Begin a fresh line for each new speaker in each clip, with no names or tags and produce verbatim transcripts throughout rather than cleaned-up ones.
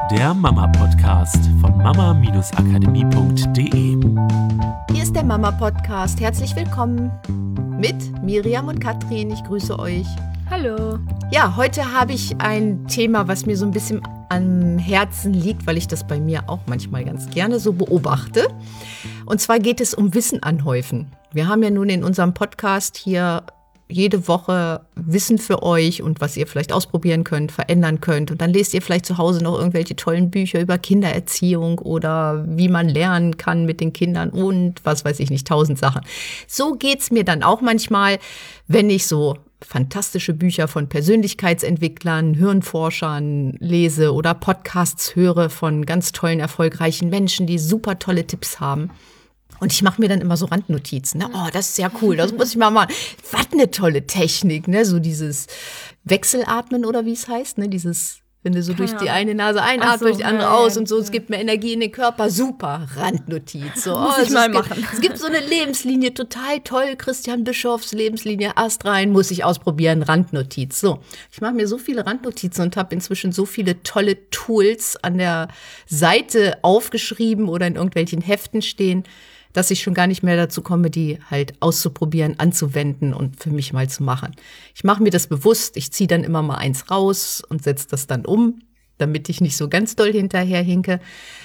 der Mama-Podcast von mama akademie punkt de.
Hier ist der Mama-Podcast. Herzlich willkommen mit Miriam und Katrin. Ich grüße euch.
Hallo.
Ja, heute habe ich ein Thema, was mir so ein bisschen am Herzen liegt, weil ich das bei mir auch manchmal ganz gerne so beobachte. Und zwar geht es um Wissen anhäufen. Wir haben ja nun in unserem Podcast hier jede Woche Wissen für euch und was ihr vielleicht ausprobieren könnt, verändern könnt. Und dann lest ihr vielleicht zu Hause noch irgendwelche tollen Bücher über Kindererziehung oder wie man lernen kann mit den Kindern und was weiß ich nicht, tausend Sachen. So geht's mir dann auch manchmal, wenn ich so fantastische Bücher von Persönlichkeitsentwicklern, Hirnforschern lese oder Podcasts höre von ganz tollen, erfolgreichen Menschen, die super tolle Tipps haben. Und ich mache mir dann immer so Randnotizen. Ne? Oh, das ist ja cool, das muss ich mal machen. Was eine tolle Technik, ne? So dieses Wechselatmen oder wie es heißt, ne? Dieses, wenn du so durch die eine Nase einatmest, so, durch die andere ja, aus und so, ja. Es gibt mehr Energie in den Körper. Super, Randnotiz. So,
muss
oh,
ich mal
es
machen.
Gibt, es gibt so eine Lebenslinie, total toll. Christian Bischofs Lebenslinie, astrein, muss ich ausprobieren, Randnotiz. So, ich mache mir so viele Randnotizen und habe inzwischen so viele tolle Tools an der Seite aufgeschrieben oder in irgendwelchen Heften stehen, dass ich schon gar nicht mehr dazu komme, die halt auszuprobieren, anzuwenden und für mich mal zu machen. Ich mache mir das bewusst, ich ziehe dann immer mal eins raus und setze das dann um, damit ich nicht so ganz doll hinterher hinke.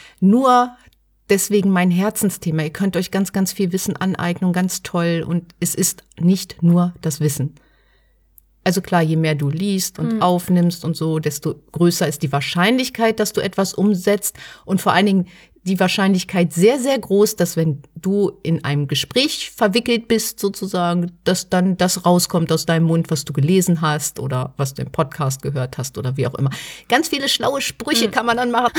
Nur deswegen mein Herzensthema. Ihr könnt euch ganz, ganz viel Wissen aneignen, ganz toll. Und es ist nicht nur das Wissen. Also klar, je mehr du liest und mhm. aufnimmst und so, desto größer ist die Wahrscheinlichkeit, dass du etwas umsetzt. Und vor allen Dingen die Wahrscheinlichkeit sehr, sehr groß, dass wenn du in einem Gespräch verwickelt bist sozusagen, dass dann das rauskommt aus deinem Mund, was du gelesen hast oder was du im Podcast gehört hast oder wie auch immer. Ganz viele schlaue Sprüche mhm. kann man dann machen.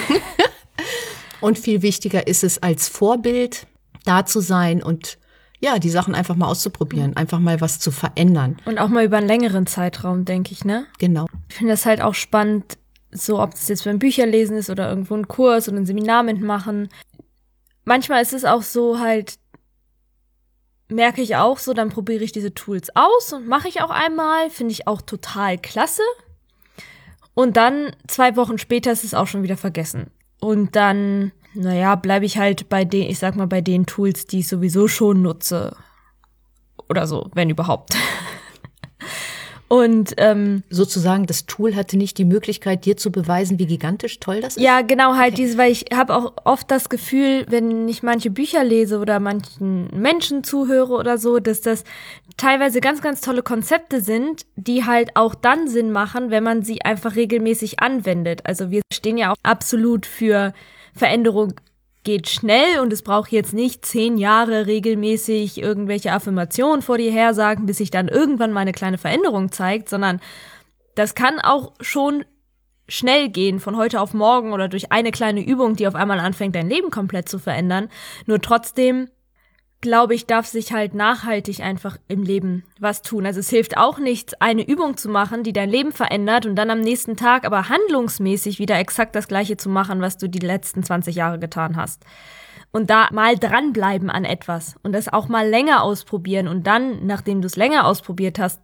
Und viel wichtiger ist es, als Vorbild da zu sein und ja, die Sachen einfach mal auszuprobieren, einfach mal was zu verändern.
Und auch mal über einen längeren Zeitraum, denke ich, ne?
Genau.
Ich finde das halt auch spannend, so ob es jetzt beim Bücherlesen ist oder irgendwo ein Kurs oder ein Seminar mitmachen. Manchmal ist es auch so halt, merke ich auch so, dann probiere ich diese Tools aus und mache ich auch einmal, finde ich auch total klasse. Und dann zwei Wochen später ist es auch schon wieder vergessen. Und dann, naja, bleibe ich halt bei den, ich sag mal, bei den Tools, die ich sowieso schon nutze. Oder so, wenn überhaupt. Und ähm,
sozusagen, das Tool hatte nicht die Möglichkeit, dir zu beweisen, wie gigantisch toll das ist?
Ja, genau, halt okay. Dieses, weil ich habe auch oft das Gefühl, wenn ich manche Bücher lese oder manchen Menschen zuhöre oder so, dass das teilweise ganz, ganz tolle Konzepte sind, die halt auch dann Sinn machen, wenn man sie einfach regelmäßig anwendet. Also wir stehen ja auch absolut für Veränderung geht schnell und es braucht jetzt nicht zehn Jahre regelmäßig irgendwelche Affirmationen vor dir her sagen, bis sich dann irgendwann mal eine kleine Veränderung zeigt, sondern das kann auch schon schnell gehen, von heute auf morgen oder durch eine kleine Übung, die auf einmal anfängt, dein Leben komplett zu verändern. Nur trotzdem, glaube ich, darf sich halt nachhaltig einfach im Leben was tun. Also es hilft auch nichts, eine Übung zu machen, die dein Leben verändert und dann am nächsten Tag aber handlungsmäßig wieder exakt das Gleiche zu machen, was du die letzten zwanzig Jahre getan hast. Und da mal dranbleiben an etwas und das auch mal länger ausprobieren und dann, nachdem du es länger ausprobiert hast,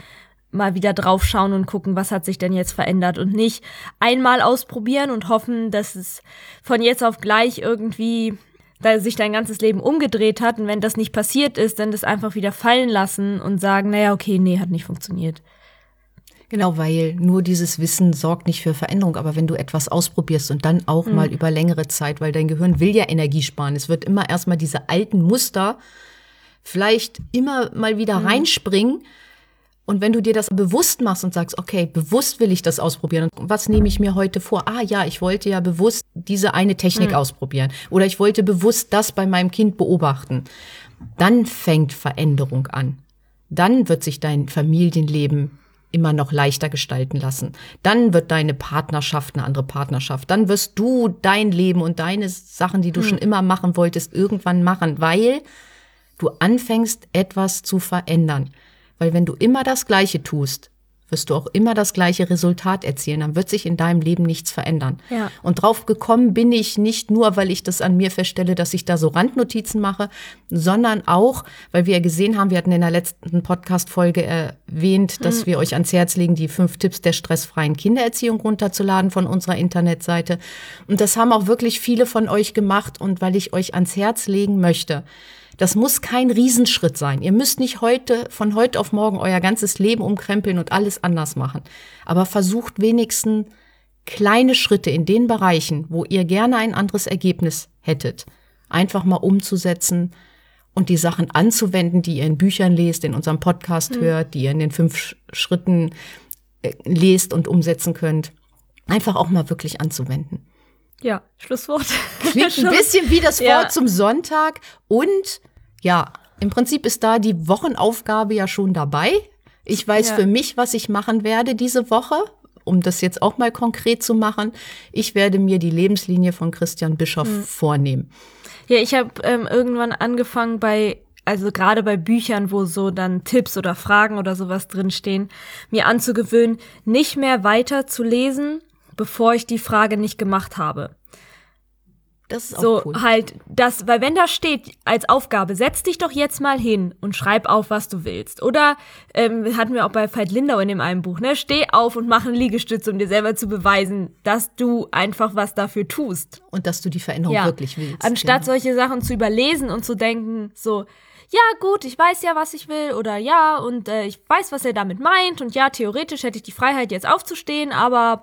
mal wieder draufschauen und gucken, was hat sich denn jetzt verändert und nicht einmal ausprobieren und hoffen, dass es von jetzt auf gleich irgendwie da sich dein ganzes Leben umgedreht hat und wenn das nicht passiert ist, dann das einfach wieder fallen lassen und sagen, naja, okay, nee, hat nicht funktioniert.
Genau, weil nur dieses Wissen sorgt nicht für Veränderung, aber wenn du etwas ausprobierst und dann auch mhm. mal über längere Zeit, weil dein Gehirn will ja Energie sparen, es wird immer erstmal diese alten Muster vielleicht immer mal wieder mhm. reinspringen. Und wenn du dir das bewusst machst und sagst, okay, bewusst will ich das ausprobieren. Und was nehme ich mir heute vor? Ah ja, ich wollte ja bewusst diese eine Technik mhm. ausprobieren. Oder ich wollte bewusst das bei meinem Kind beobachten. Dann fängt Veränderung an. Dann wird sich dein Familienleben immer noch leichter gestalten lassen. Dann wird deine Partnerschaft eine andere Partnerschaft. Dann wirst du dein Leben und deine Sachen, die du mhm. schon immer machen wolltest, irgendwann machen, weil du anfängst, etwas zu verändern. Weil wenn du immer das Gleiche tust, wirst du auch immer das gleiche Resultat erzielen. Dann wird sich in deinem Leben nichts verändern.
Ja.
Und drauf gekommen bin ich nicht nur, weil ich das an mir feststelle, dass ich da so Randnotizen mache, sondern auch, weil wir gesehen haben, wir hatten in der letzten Podcast-Folge erwähnt, dass mhm. wir euch ans Herz legen, die fünf Tipps der stressfreien Kindererziehung runterzuladen von unserer Internetseite. Und das haben auch wirklich viele von euch gemacht. Und weil ich euch ans Herz legen möchte, das muss kein Riesenschritt sein. Ihr müsst nicht heute, von heute auf morgen euer ganzes Leben umkrempeln und alles anders machen. Aber versucht wenigstens kleine Schritte in den Bereichen, wo ihr gerne ein anderes Ergebnis hättet, einfach mal umzusetzen und die Sachen anzuwenden, die ihr in Büchern lest, in unserem Podcast mhm. hört, die ihr in den fünf Schritten lest und umsetzen könnt. Einfach auch mal wirklich anzuwenden.
Ja, Schlusswort.
Klingt ein bisschen wie das Wort ja. zum Sonntag. Und ja, im Prinzip ist da die Wochenaufgabe ja schon dabei. Ich weiß ja. für mich, was ich machen werde diese Woche, um das jetzt auch mal konkret zu machen. Ich werde mir die Lebenslinie von Christian Bischoff hm. vornehmen.
Ja, ich habe ähm, irgendwann angefangen bei, also gerade bei Büchern, wo so dann Tipps oder Fragen oder sowas drinstehen, mir anzugewöhnen, nicht mehr weiter zu lesen, bevor ich die Frage nicht gemacht habe.
Das ist auch
so
cool.
halt das, weil wenn da steht als Aufgabe, setz dich doch jetzt mal hin und schreib auf, was du willst. Oder ähm, hatten wir auch bei Veit Lindau in dem einen Buch, ne? Steh auf und mach einen Liegestütz, um dir selber zu beweisen, dass du einfach was dafür tust.
Und dass du die Veränderung
ja.
wirklich willst.
Anstatt
genau.
solche Sachen zu überlesen und zu denken, so, ja gut, ich weiß ja, was ich will, oder ja, und äh, ich weiß, was er damit meint, und ja, theoretisch hätte ich die Freiheit, jetzt aufzustehen, aber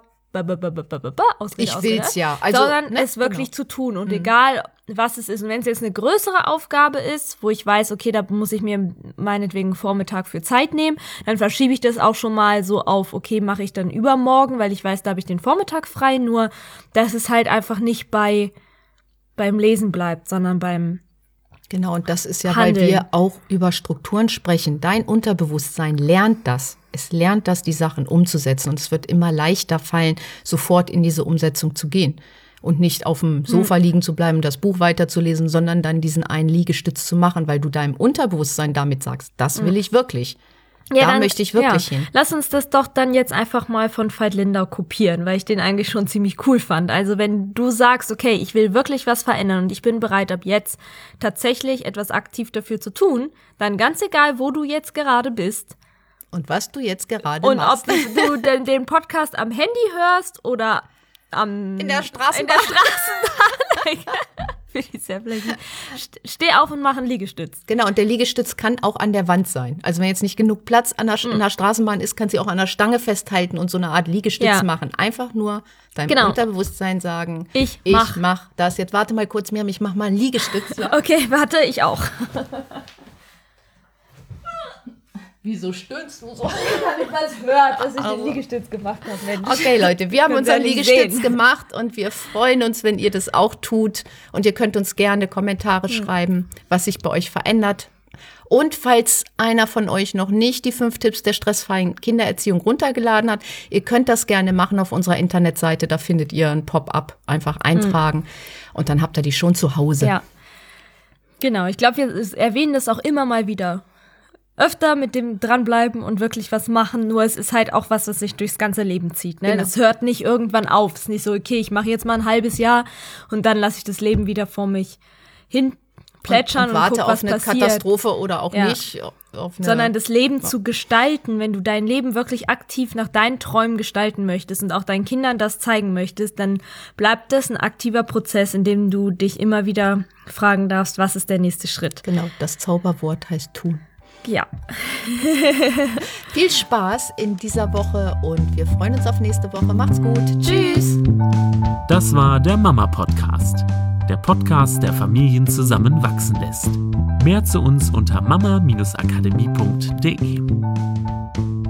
Ausrede,
ich
Ausrede,
will's ja. Also,
sondern
ne?
es wirklich
genau.
zu tun. Und
mhm.
egal, was es ist. Und wenn es jetzt eine größere Aufgabe ist, wo ich weiß, okay, da muss ich mir meinetwegen Vormittag für Zeit nehmen, dann verschiebe ich das auch schon mal so auf, okay, mache ich dann übermorgen, weil ich weiß, da habe ich den Vormittag frei. Nur, dass es halt einfach nicht bei beim Lesen bleibt, sondern beim
Genau, und das ist ja,
Handeln.
Weil wir auch über Strukturen sprechen. Dein Unterbewusstsein lernt das. Es lernt das, die Sachen umzusetzen. Und es wird immer leichter fallen, sofort in diese Umsetzung zu gehen. Und nicht auf dem Sofa hm. liegen zu bleiben, das Buch weiterzulesen, sondern dann diesen einen Liegestütz zu machen, weil du deinem Unterbewusstsein damit sagst, das will ich wirklich. Ja, da dann, möchte ich wirklich ja. hin.
Lass uns das doch dann jetzt einfach mal von Veit Lindau kopieren, weil ich den eigentlich schon ziemlich cool fand. Also wenn du sagst, okay, ich will wirklich was verändern und ich bin bereit, ab jetzt tatsächlich etwas aktiv dafür zu tun, dann ganz egal, wo du jetzt gerade bist.
Und was du jetzt gerade
und
machst.
Und ob du den, den Podcast am Handy hörst oder am
in der Straßenbahn.
In der Straßenbahn. Steh auf und mach einen Liegestütz.
Genau, und der Liegestütz kann auch an der Wand sein. Also wenn jetzt nicht genug Platz an der, in der Straßenbahn ist, kannst du auch an der Stange festhalten und so eine Art Liegestütz ja. machen. Einfach nur deinem genau. Unterbewusstsein sagen,
ich,
ich
mach.
mach das. Jetzt warte mal kurz, Miriam, ich mach mal einen Liegestütz. Ja.
Okay, warte, ich auch.
Wieso stöhnst du so?
Damit man es hört, dass ich also. den Liegestütz gemacht habe. Mensch.
Okay, Leute, wir haben unseren Liegestütz sehen. gemacht und wir freuen uns, wenn ihr das auch tut. Und ihr könnt uns gerne Kommentare hm. schreiben, was sich bei euch verändert. Und falls einer von euch noch nicht die fünf Tipps der stressfreien Kindererziehung runtergeladen hat, ihr könnt das gerne machen auf unserer Internetseite. Da findet ihr ein Pop-up, einfach eintragen. Hm. Und dann habt ihr die schon zu Hause.
Ja, genau. Ich glaube, wir erwähnen das auch immer mal wieder. Öfter mit dem dranbleiben und wirklich was machen, nur es ist halt auch was, was sich durchs ganze Leben zieht. Ne?
Genau.
Das hört nicht irgendwann auf. Es ist nicht so, okay, ich mache jetzt mal ein halbes Jahr und dann lasse ich das Leben wieder vor mich hin plätschern und, und, und
warte
guck,
auf
was
eine
passiert.
Katastrophe oder auch
ja.
nicht. Auf eine
Sondern das Leben ja. zu gestalten, wenn du dein Leben wirklich aktiv nach deinen Träumen gestalten möchtest und auch deinen Kindern das zeigen möchtest, dann bleibt das ein aktiver Prozess, in dem du dich immer wieder fragen darfst, was ist der nächste Schritt.
Genau, das Zauberwort heißt tun.
Ja.
Viel Spaß in dieser Woche und wir freuen uns auf nächste Woche. Macht's gut. Tschüss.
Das war der Mama-Podcast. Der Podcast, der Familien zusammen wachsen lässt. Mehr zu uns unter mama Bindestrich akademie Punkt de.